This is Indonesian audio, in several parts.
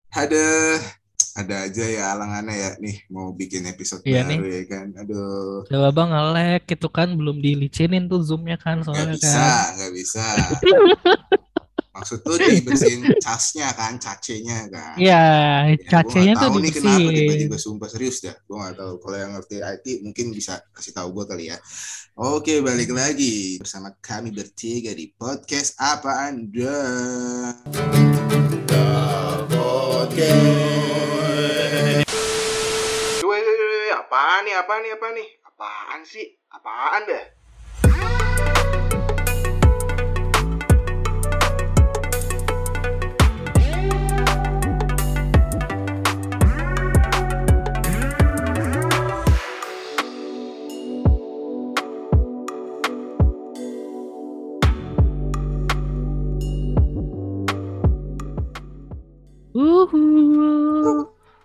Ada aja ya alangannya ya nih mau bikin episode Iya nih, baru ya kan. Aduh, coba bang nge-lag gitu kan, belum dilicinin tuh zoomnya kan nggak soalnya bisa, kan. nggak bisa. Maksud tuh dibersihin casnya kan, cacenya kan. Iya, Ya, gue nggak cacenya tuh tahu nih kenapa dibersihin. tiba-tiba sumpah serius dah. Gue nggak tahu. Kalau yang ngerti IT mungkin bisa kasih tahu gue kali ya. Oke, balik lagi bersama kami bertiga di podcast Apa Anda? Podcast. Apaan nih? Apaan sih? Apaan dah? Uhuh.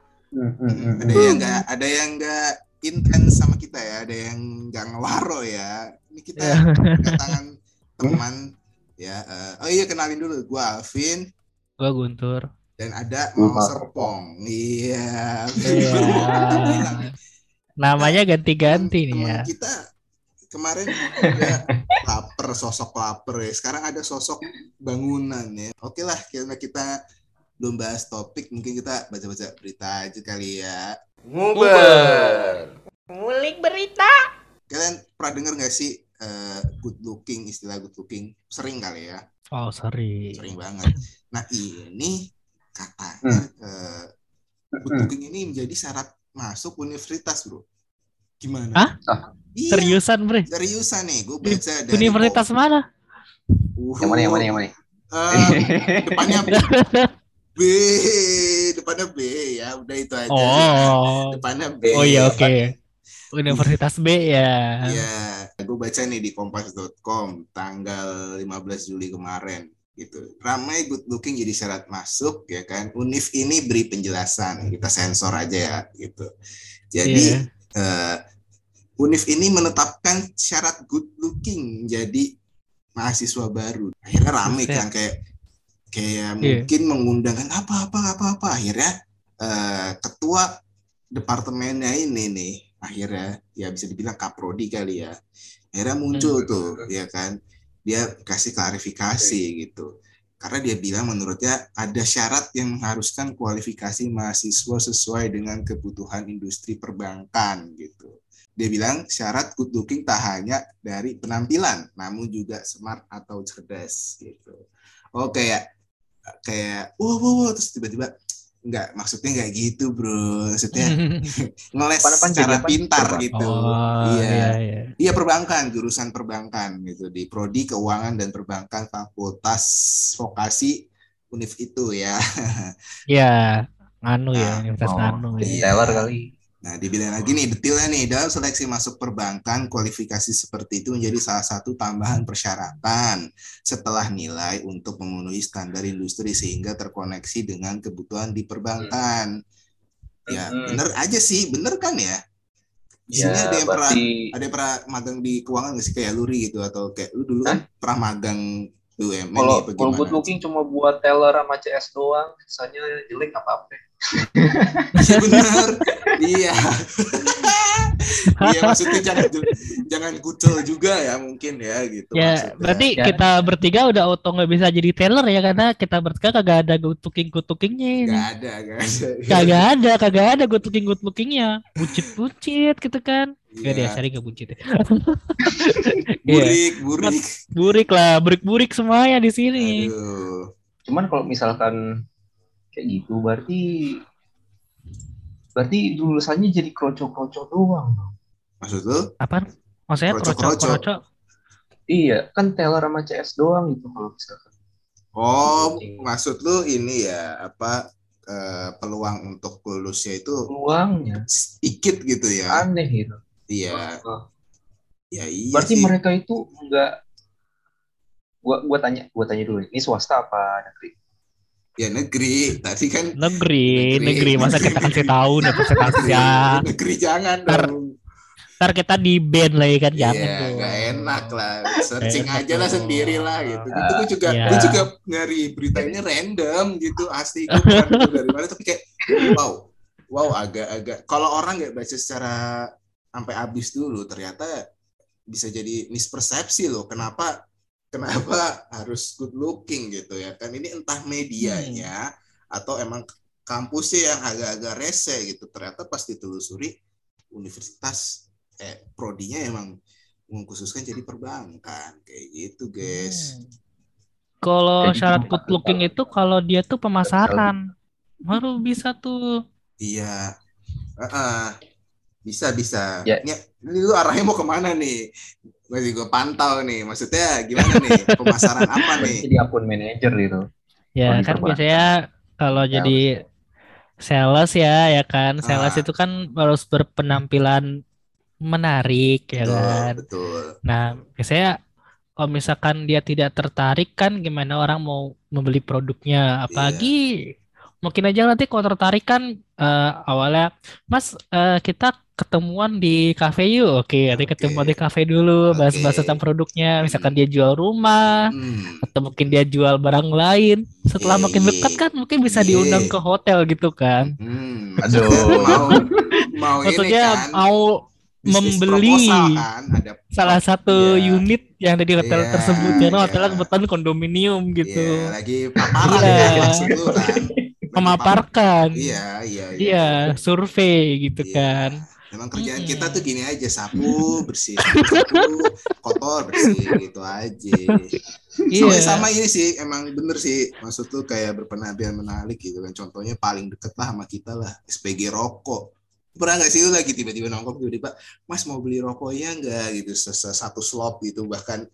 Ada yang nggak intens sama kita ya, ada yang nggak ngewaro ya. Ini kita Ya. kedatangan teman ya. Oh iya, kenalin dulu, gue Alvin Gua Guntur. dan ada Mau Serpong. Iya, Iya. baru mau kita bilang nih. Kita Namanya ganti-ganti nih teman ya. kita kemarin ada sosok lapar ya. Sekarang ada sosok bangunan ya. Oke lah, karena kita belum bahas topik, mungkin kita baca-baca berita aja kali ya. Nguber. Ngulik berita. Kalian pernah dengar nggak sih good looking, istilah good looking? Sering kali ya? Oh, sorry. Sering banget. Nah ini katanya good looking ini menjadi syarat masuk universitas, bro. Gimana? Hah? Iya, Seriusan, Bre? seriusan nih. Gue baca dari Universitas mana? Yang mana? Depannya B, depannya B ya. Udah itu aja. Oh. Depannya B. Oh iya, oke. Universitas B ya. Ya, gue baca nih di kompas.com tanggal 15 Juli kemarin gitu. Ramai good looking jadi syarat masuk ya kan. Univ ini beri penjelasan, kita sensor aja ya gitu. Jadi Univ ini menetapkan syarat good looking jadi mahasiswa baru. Akhirnya rame kan kayak mungkin mengundangkan apa akhirnya ketua departemennya ini nih akhirnya ya bisa dibilang kaprodi kali ya, akhirnya muncul tuh ya kan, dia kasih klarifikasi gitu karena dia bilang menurutnya ada syarat yang mengharuskan kualifikasi mahasiswa sesuai dengan kebutuhan industri perbankan gitu. Dia bilang syarat good looking tak hanya dari penampilan namun juga smart atau cerdas gitu. Oh kayak wow terus tiba-tiba enggak, maksudnya enggak gitu bro, maksudnya ngeles secara pintar gitu. Iya perbankan, jurusan perbankan gitu di prodi keuangan dan perbankan fakultas vokasi Univ itu ya. Iya, Nganu ya, Universitas Nganu ya. Teller kali. Nah, dibilang lagi nih, detailnya nih, dalam seleksi masuk perbankan, kualifikasi seperti itu menjadi salah satu tambahan persyaratan setelah nilai untuk memenuhi standar industri sehingga terkoneksi dengan kebutuhan di perbankan. Ya, bener aja sih, bener kan ya? Di sini ada yang pernah magang di keuangan nggak sih, kayak Luri gitu, atau kayak lu dulu kan pernah magang BUMN nih, bagaimana? Kalau good looking cuma buat teller sama CS doang, sisanya jelek apa-apa. Iya benar, iya. Iya maksudnya jangan kucel juga ya mungkin ya gitu. Ya maksudnya. Berarti kita bertiga udah auto nggak bisa jadi teller ya karena kita bertiga kagak ada good lookingnya ini. Kagak ada good lookingnya. Bucit gitu kan. Gak dia sering nggak bucit. Burik lah, burik semuanya di sini. Aduh. Cuman kalau misalkan kayak gitu berarti lulusannya jadi kroco-kroco doang. Maksud lu? Apa? Maksudnya kroco? Iya, kan teller sama CS doang gitu kalau misalkan. Oh, maksud lu ini ya apa peluang untuk lulusnya itu peluangnya sedikit gitu ya? Aneh gitu. Iya. Ya iya. Berarti sih. mereka itu enggak. Gua tanya dulu, ini swasta apa negeri? Ya negeri, tadi kan negeri masa kita kasih tahu universitasnya. Negeri jangan dong. Ntar kita di ban lagi kan, jangan Iya, dong. nggak enak lah. Searching Enak aja lah dong. sendiri lah gitu. Gitu Ah, Iya. gue juga nyari berita ini random gitu. Asli gue bukan denger dari mana, tapi kayak wow, wow agak-agak. Kalau orang nggak baca secara sampai habis dulu, ternyata bisa jadi mispersepsi loh. Kenapa harus good looking gitu ya kan? Ini entah medianya atau emang kampusnya yang agak-agak rese gitu. Ternyata pas ditelusuri universitas prodinya emang mengkhususkan jadi perbankan kayak gitu guys. Kalau Jadi syarat cuma good looking itu kalau dia tuh pemasaran baru bisa tuh. Iya, bisa ya ini lu arahnya mau kemana nih? Masih gue pantau nih, maksudnya gimana nih, pemasaran apa berarti nih? jadi akun manajer gitu. Ya Kalau di kan biasanya perbankan kalau jadi sales. sales ya kan. Sales Ah, itu kan harus berpenampilan menarik ya betul kan. betul. Nah, biasanya kalau misalkan dia tidak tertarik kan gimana orang mau membeli produknya. Apalagi Iya. mungkin aja nanti kalau tertarik kan awalnya Mas kita ketemuan di kafe yuk. Oke, nanti Oke, ketemuan di kafe dulu oke. bahas-bahas tentang produknya. Misalkan Mm-mm. dia jual rumah Mm-mm. atau mungkin dia jual barang lain. Iya, Setelah makin iya, dekat kan mungkin bisa iya. diundang ke hotel gitu kan. Maksudnya Aduh. mau ini Maksudnya kan mau bisnis membeli proposal kan ada salah satu iya unit yang ada di hotel iya tersebut karena iya hotelnya kebetulan kondominium iya gitu. lagi paparan Iya, kan maksud lu kan lagi memaparkan. iya iya iya Iya, iya survei gitu iya kan. emang kerjaan Mm-mm. kita tuh gini aja sapu bersih sapu kotor bersih gitu aja soalnya Iya. sama ini sih emang bener sih maksud lu kayak berpenampilan menarik gitu kan contohnya paling deket lah sama kita lah SPG rokok pernah nggak sih lu lagi tiba-tiba nongkrong tiba-tiba Mas mau beli rokok ya nggak gitu satu slop gitu bahkan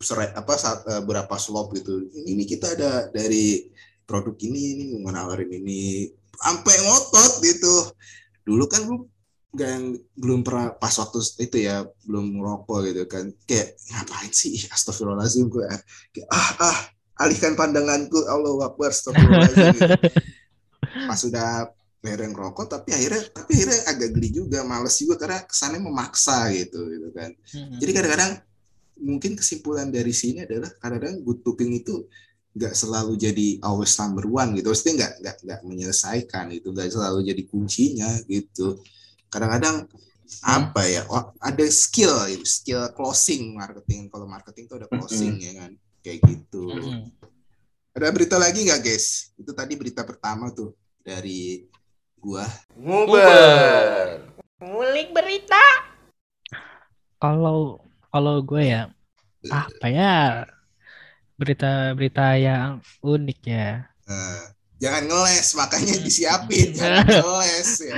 berapa slop gitu ini kita ada dari produk ini mau nawarin ini sampai ngotot gitu dulu kan lu nggak belum pernah pas waktu itu ya belum ngerokok gitu kan kayak ngapain sih astagfirullahaladzim gue kayak, alihkan pandanganku Allah Akbar astagfirullahaladzim gitu pas sudah mereng rokok tapi akhirnya agak geli juga males juga karena kesannya memaksa gitu kan jadi kadang-kadang mungkin kesimpulan dari sini adalah kadang-kadang good looking itu nggak selalu jadi always number one gitu maksudnya nggak menyelesaikan itu nggak selalu jadi kuncinya gitu kadang-kadang apa ya ada skill closing marketing kalau marketing itu ada closing ya kan kayak gitu ada berita lagi nggak guys itu tadi berita pertama tuh dari gua Nguber. Ngulik berita. Kalau gue ya apa ya berita-berita yang unik ya. Jangan ngeles makanya disiapin jangan ngeles ya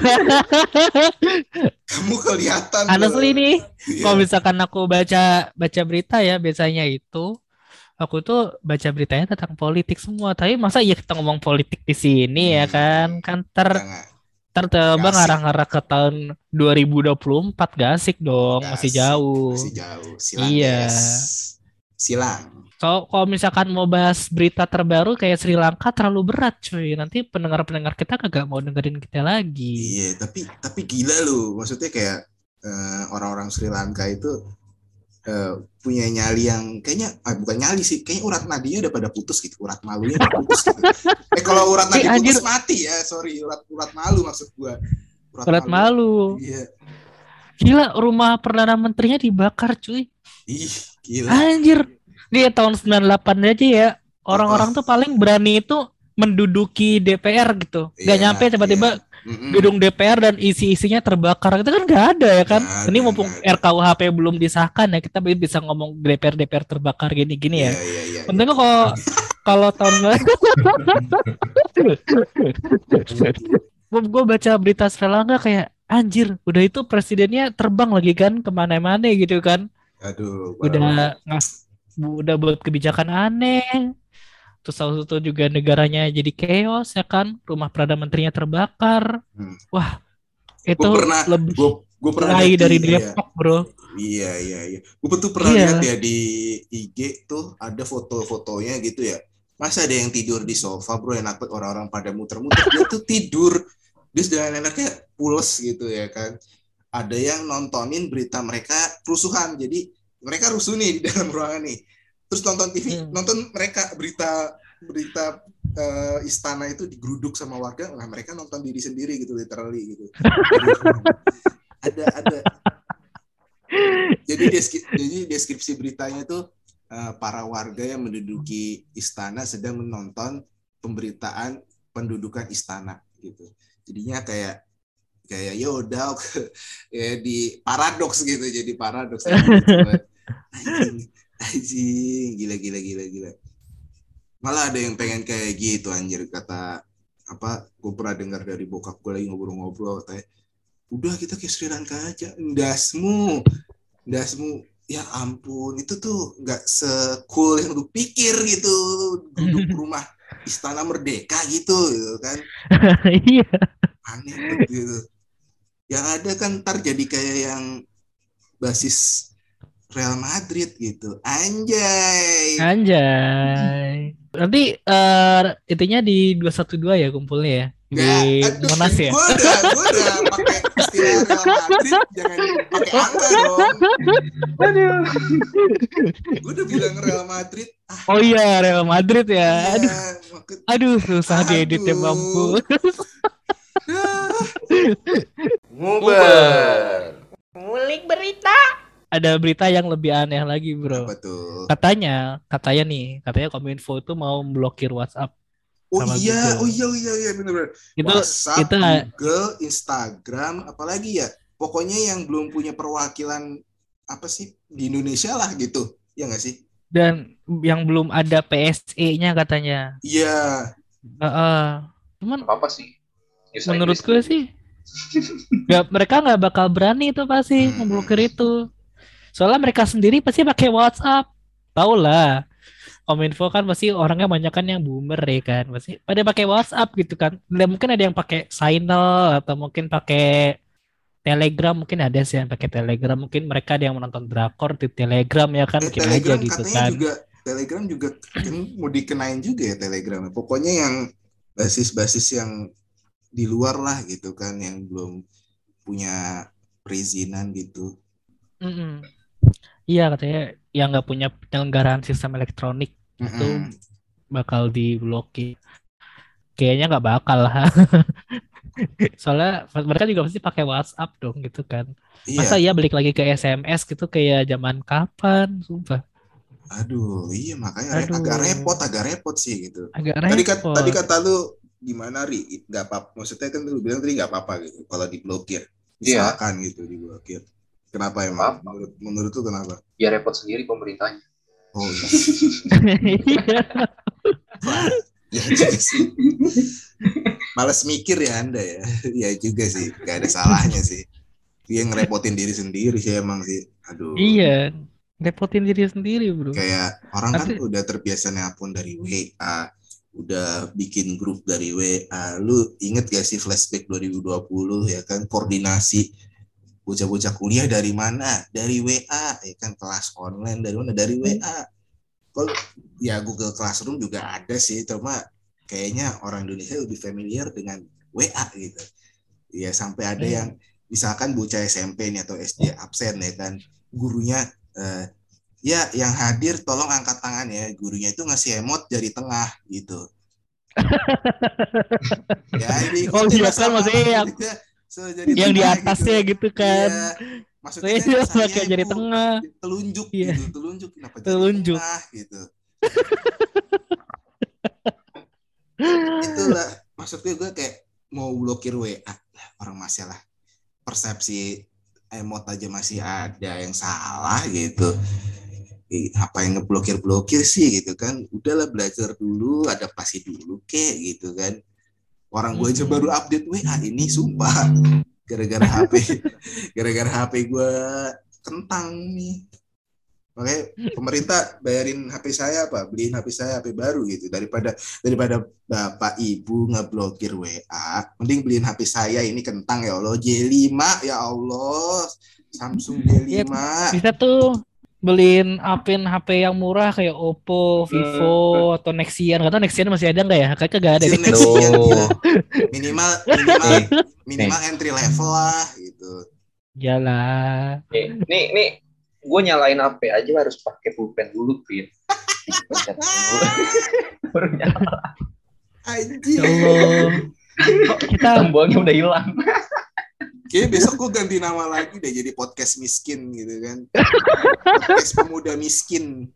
kamu kelihatan Honestly loh nih, kalau iya. misalkan aku baca baca berita ya biasanya itu aku tuh baca beritanya tentang politik semua. Tapi masa iya kita ngomong politik di sini ya kan? Kan Jangan tercoba gak asik ngarah-ngarah ke tahun 2024 gak asik dong, gak masih asik masih jauh. jauh silang Iya. guys silang Kalau misalkan mau bahas berita terbaru kayak Sri Lanka terlalu berat cuy. Nanti pendengar-pendengar kita kagak mau dengerin kita lagi. iya tapi gila loh maksudnya kayak orang-orang Sri Lanka itu punya nyali yang kayaknya bukan nyali sih kayaknya urat nadinya udah pada putus gitu urat malunya udah putus gitu kalau urat nadi Anjir, putus mati ya sorry urat malu maksud gua berat malu. iya Gila, rumah Perdana Menterinya dibakar cuy. ih gila Anjir. Dia tahun 98 aja ya. oh, Orang-orang tuh paling berani itu menduduki DPR gitu. Gak iya nyampe iya tiba-tiba gedung DPR dan isi-isinya terbakar. Itu kan gak ada ya kan. Ini mumpung nggak ada RKUHP belum disahkan ya. Kita bisa ngomong DPR-DPR terbakar gini-gini ya. iya iya iya Pentingnya kalau kalau tahun gue baca berita Sri Lanka kayak anjir, udah itu presidennya terbang lagi kan kemana-mana gitu kan. aduh Udah udah buat kebijakan aneh. Terus salah satu juga negaranya jadi chaos ya kan. Rumah Perdana Menterinya terbakar. Wah, itu lebih gue pernah lagi lihat dari iya. Depok bro. Iya. Gue tuh pernah lihat ya di IG tuh ada foto-fotonya gitu ya. Masa ada yang tidur di sofa bro enak banget orang-orang pada muter-muter dia tuh tidur dia sudah enaknya pules gitu ya kan. ada yang nontonin berita mereka kerusuhan. Jadi mereka rusuh nih di dalam ruangan nih. Terus nonton TV, nonton mereka berita istana itu digeruduk sama warga. Nah, mereka nonton diri sendiri gitu, literally gitu. ada. Jadi deskripsi beritanya itu para warga yang menduduki istana sedang menonton pemberitaan pendudukan istana gitu. Jadinya kayak yaudah ya di paradoks gitu, jadi paradoks. Anjing, gila. Malah ada yang pengen kayak gitu anjir, kata apa, gue pernah dengar dari bokap gue lagi ngobrol-ngobrol, katanya udah kita ke Sri Lanka aja, ndasmu ya ampun, itu tuh nggak se-cool yang lu pikir gitu, duduk rumah istana merdeka gitu kan. Iya. Aneh gitu. Yang ada kan ntar jadi kayak yang basis Real Madrid gitu. Anjay. Nanti intinya di 212 ya kumpulnya ya. Di Monas ya. Gue udah pakai istilah Real Madrid, jangan pakai angka dong. Aduh. Gue udah bilang Real Madrid. Oh iya, Real Madrid ya. Iya, aduh susah dieditnya mampu. Nguber. Ngulik berita. Ada berita yang lebih aneh lagi, bro. Apa tuh? Katanya Kominfo itu mau blokir WhatsApp. Oh iya, benar-benar. WhatsApp, Google, Instagram, apalagi ya. Pokoknya yang belum punya perwakilan apa sih di Indonesia lah gitu. Ya nggak sih? Dan yang belum ada PSE-nya katanya. Iya. Cuman apa sih? Menurutku sih mereka nggak bakal berani itu pasti memblokir itu. Soalnya mereka sendiri pasti pakai WhatsApp. Tahu lah. Kominfo kan pasti orangnya banyak kan yang boomer ya kan. Pasti pada pakai WhatsApp gitu kan. Dan mungkin ada yang pakai Signal atau mungkin pakai Telegram, mungkin ada sih yang pakai Telegram. Mungkin mereka ada yang menonton drakor di Telegram ya kan, mungkin Telegram aja gitu katanya kan. Telegram juga mau dikenain juga ya Telegram. Pokoknya yang basis-basis yang di luar lah gitu kan, yang belum punya perizinan gitu. Iya, katanya yang nggak punya penyelenggaraan sistem elektronik itu bakal diblokir. Kayaknya nggak bakal lah. Soalnya mereka juga pasti pakai WhatsApp dong gitu kan. Masa iya balik lagi ke SMS gitu kayak zaman kapan, sumpah. Aduh, iya makanya agak repot sih gitu. Tadi kata lu gimana Ri? Nggak apa, maksudnya kan lu bilang tadi nggak apa-apa gitu kalau diblokir. Misalkan gitu diblokir. Kenapa emang? Menurut lu kenapa? Ya repot sendiri pemerintahnya. Oh iya. Ya juga sih. Males mikir ya Anda ya. Ya juga sih, gak ada salahnya sih. Dia ngerepotin diri sendiri sih emang sih. Aduh. Iya, repotin diri sendiri bro. Kayak orang kan udah terbiasa nelpon dari WA, udah bikin grup dari WA. Lu inget gak sih flashback 2020 ya kan, koordinasi bocah-bocah kuliah dari mana? Dari WA, ya kan, kelas online dari mana? Dari WA. Kalau ya Google Classroom juga ada sih, cuma kayaknya orang Indonesia lebih familiar dengan WA gitu. Ya sampai ada yang misalkan bocah SMP nih atau SD absen ya kan, gurunya ya yang hadir tolong angkat tangan ya, gurunya itu ngasih emot jari tengah gitu. Ya ini iya kan maksudnya yang di atasnya gitu kan. Iya. Maksudnya kan pakai jari tengah. Telunjuk gitu, telunjuk kenapa jari tengah gitu. Itulah maksudnya gue kayak mau blokir WA lah, orang masalah persepsi emot aja masih ada yang salah gitu. Apa yang ngeblokir sih gitu kan, udahlah belajar dulu, adaptasi dulu kayak gitu kan. Orang gue aja baru update WA ini sumpah gara-gara HP gue kentang nih. Makanya pemerintah bayarin HP saya beliin HP saya HP baru gitu, daripada bapak ibu ngeblokir WA, mending beliin HP saya ini kentang ya Allah, J5 ya Allah, Samsung J5. Bisa tuh beliin HP yang murah kayak Oppo, Vivo atau Nexian. Nggak tahu Nexian masih ada nggak ya? Kayaknya nggak ada. Minimal entry level lah gitu. Iyalah. Nih, gue nyalain HP aja harus pakai pulpen dulu, Vin. Dipencet dulu. Baru nyala. Anjir. Kita tombolnya udah hilang. Kayaknya besok gue ganti nama lagi deh jadi podcast miskin gitu kan. Podcast pemuda miskin.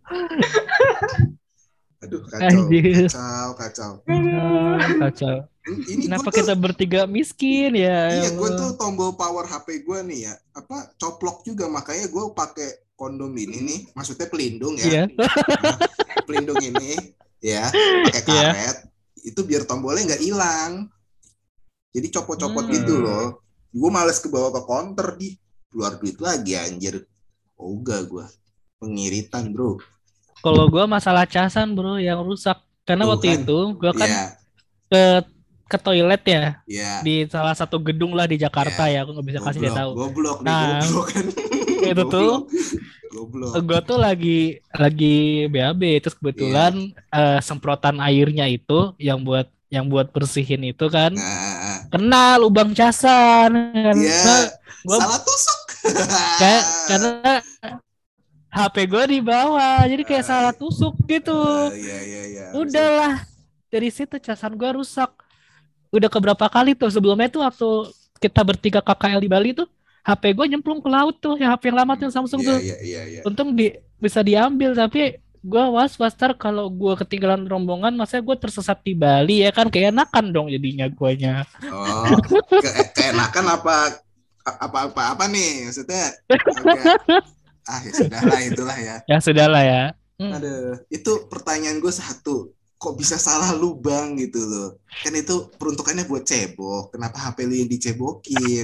Aduh kacau. Ini kenapa kita bertiga miskin ya? Iya, gue tuh tombol power HP gue nih ya, coplok juga, makanya gue pakai kondom ini nih, maksudnya pelindung ya. Nah, pelindung ini ya, pakai karet, itu biar tombolnya nggak hilang. Jadi copot-copot gitu loh. Gue males kebawa ke counter keluar duit lagi anjir. Ogah gue. Pengiritan, bro. Kalau gue masalah casan, bro, yang rusak. Karena waktu itu gue kan ke toilet ya. Di salah satu gedung lah di Jakarta ya. Aku nggak bisa kasih dia tahu. Goblok kan. Itu tuh gue tuh lagi BAB, terus kebetulan semprotan airnya itu yang buat bersihin itu kan kena lubang casan karena salah tusuk karena HP gue di bawah jadi kayak salah tusuk gitu. Udahlah dari situ casan gue rusak. Udah keberapa kali tuh sebelumnya tuh waktu kita bertiga KKL di Bali tuh HP gue nyemplung ke laut tuh, yang HP yang lama tuh yang Samsung tuh. Untung bisa diambil, tapi gue was-was kalau gue ketinggalan rombongan, masa gue tersesat di Bali ya kan, keenakan dong jadinya guanya. Oh, keenakan apa nih maksudnya? Ya sudahlah itulah ya. Ya sudahlah ya. Aduh, itu pertanyaan gue satu. Kok bisa salah lubang gitu loh? Kan itu peruntukannya buat cebok. Kenapa HP lu yang dicebokin?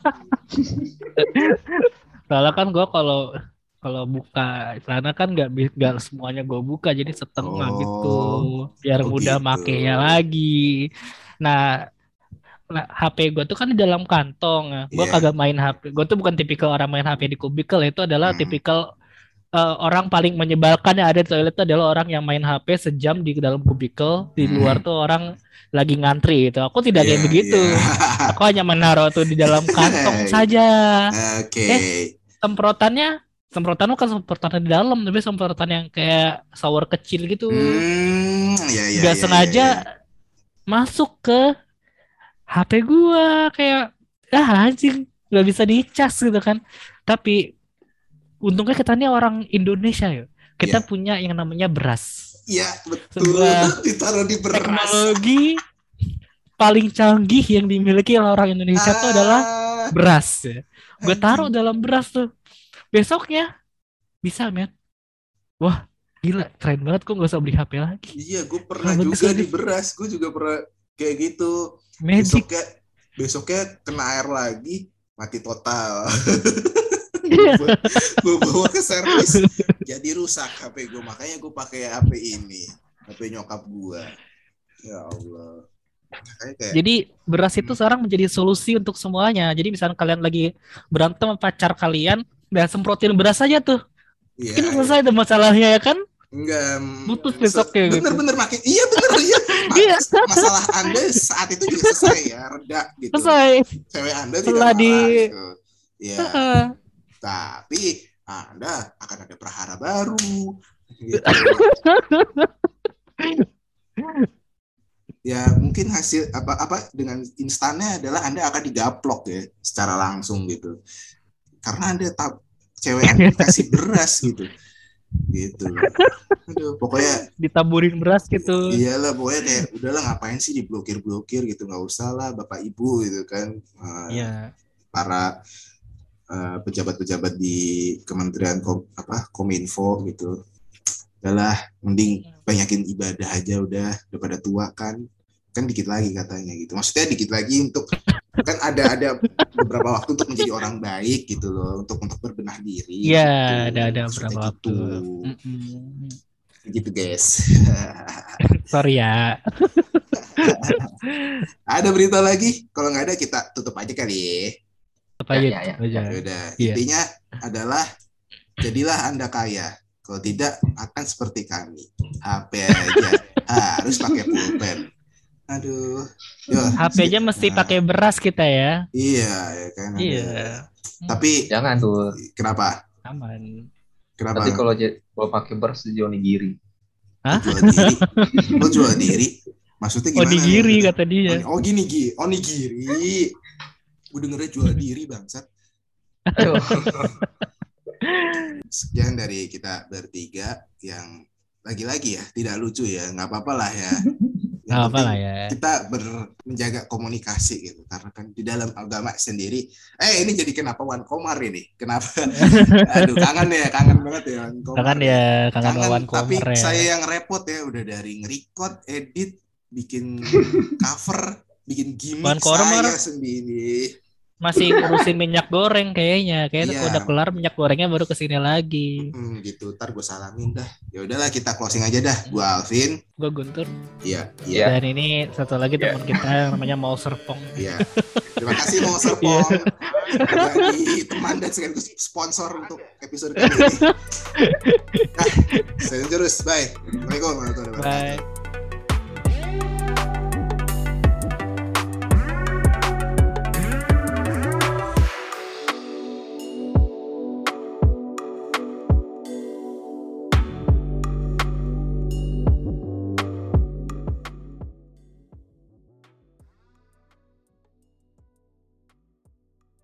Soalnya kan gue kalau buka sana kan nggak semuanya gue buka, jadi setengah gitu, biar mudah makainya lagi. Nah, HP gue tuh kan di dalam kantong. Gue kagak main HP. Gue tuh bukan tipikal orang main HP di kubikel. Itu adalah tipikal orang paling menyebalkan yang ada di toilet itu adalah orang yang main HP sejam di dalam kubikel, di luar tuh orang lagi ngantri gitu. Aku tidak kayak begitu. Aku hanya menaruh tuh di dalam kantong saja. Semprotan bukan semprotan di dalam, tapi semprotan yang kayak shower kecil gitu. Gak sengaja masuk ke HP gua, kayak anjing, gak bisa dicas gitu kan. Tapi untungnya kita ini orang Indonesia ya. Kita punya yang namanya beras. Iya, betul. Ditaruh di beras. Teknologi paling canggih yang dimiliki oleh orang Indonesia itu adalah beras ya. Gue taruh dalam beras tuh. Besoknya bisa, men. Wah, gila, keren banget, kok gak usah beli HP lagi. Iya, gue pernah juga di beras. Gue juga pernah kayak gitu. Magic. Besoknya kena air lagi, mati total. Gue bawa ke servis jadi rusak HP gue, makanya gue pakai HP ini, HP nyokap gue. Ya Allah. Jadi beras itu sekarang menjadi solusi untuk semuanya. Jadi misalnya kalian lagi berantem sama pacar kalian, udah semprotin beras aja tuh. Mungkin selesai tuh masalahnya ya kan? Enggak. Putus besoknya gitu. Bener makin. Iya bener iya. Masalah Anda saat itu juga selesai ya, reda gitu. Selesai. Cewek Anda tidak marah gitu. Ya. Tapi Anda akan ada prahara baru gitu. Ya mungkin hasil apa dengan instannya adalah Anda akan digaplok ya secara langsung gitu. Karena Anda cewek Anda dikasih beras gitu. Aduh, pokoknya ditaburin beras gitu. Iyalah, pokoknya kayak udahlah ngapain sih diblokir gitu, nggak usah lah Bapak Ibu gitu kan. Para pejabat-pejabat di Kementerian Kominfo gitu. Udahlah, mending banyakin ibadah aja udah daripada tua kan dikit lagi katanya gitu. Maksudnya dikit lagi untuk kan ada beberapa waktu untuk menjadi orang baik gitu loh, untuk berbenah diri. Iya, gitu. ada beberapa waktu. Gitu guys. Sorry ya. Ada berita lagi? Kalau nggak ada kita tutup aja kali. Ya. Udah. Intinya adalah jadilah Anda kaya. Kalau tidak akan seperti kami. HP aja harus pakai pulpen. Aduh. HP aja mesti pakai beras kita ya. Iya, ya kan. Iya. Tapi jangan tuh. Kenapa? Aman. Kenapa? Nanti kalau pakai beras onigiri. Hah? Lo jual diri? Maksudnya gimana? Onigiri kata dia. Oh gini, onigiri. Gue dengernya jual diri bangsat. Sekian dari kita bertiga yang lagi-lagi ya tidak lucu ya, nggak apa-apa lah ya. Yang penting kita menjaga komunikasi gitu, karena kan di dalam agama sendiri. Ini jadi kenapa Wan Komar ini? Kenapa? Aduh kangen banget ya Wan Komar. Kangen Wan Komar. Tapi saya yang repot ya, udah dari nge-record, edit, bikin cover, bikin gimmick saya sendiri. Masih ngurusin minyak goreng kayaknya udah kelar minyak gorengnya baru kesini lagi. Gitu, ntar gue salamin dah. Ya udahlah kita closing aja dah. Gue Alvin, gue Guntur. Iya. Dan ini satu lagi teman kita namanya Mau Serpong. Iya. Terima kasih Mau Serpong. Jadi teman dan sekaligus sponsor untuk episode kali ini. Saya terus, bye. Assalamualaikum warahmatullahi wabarakatuh. Bye.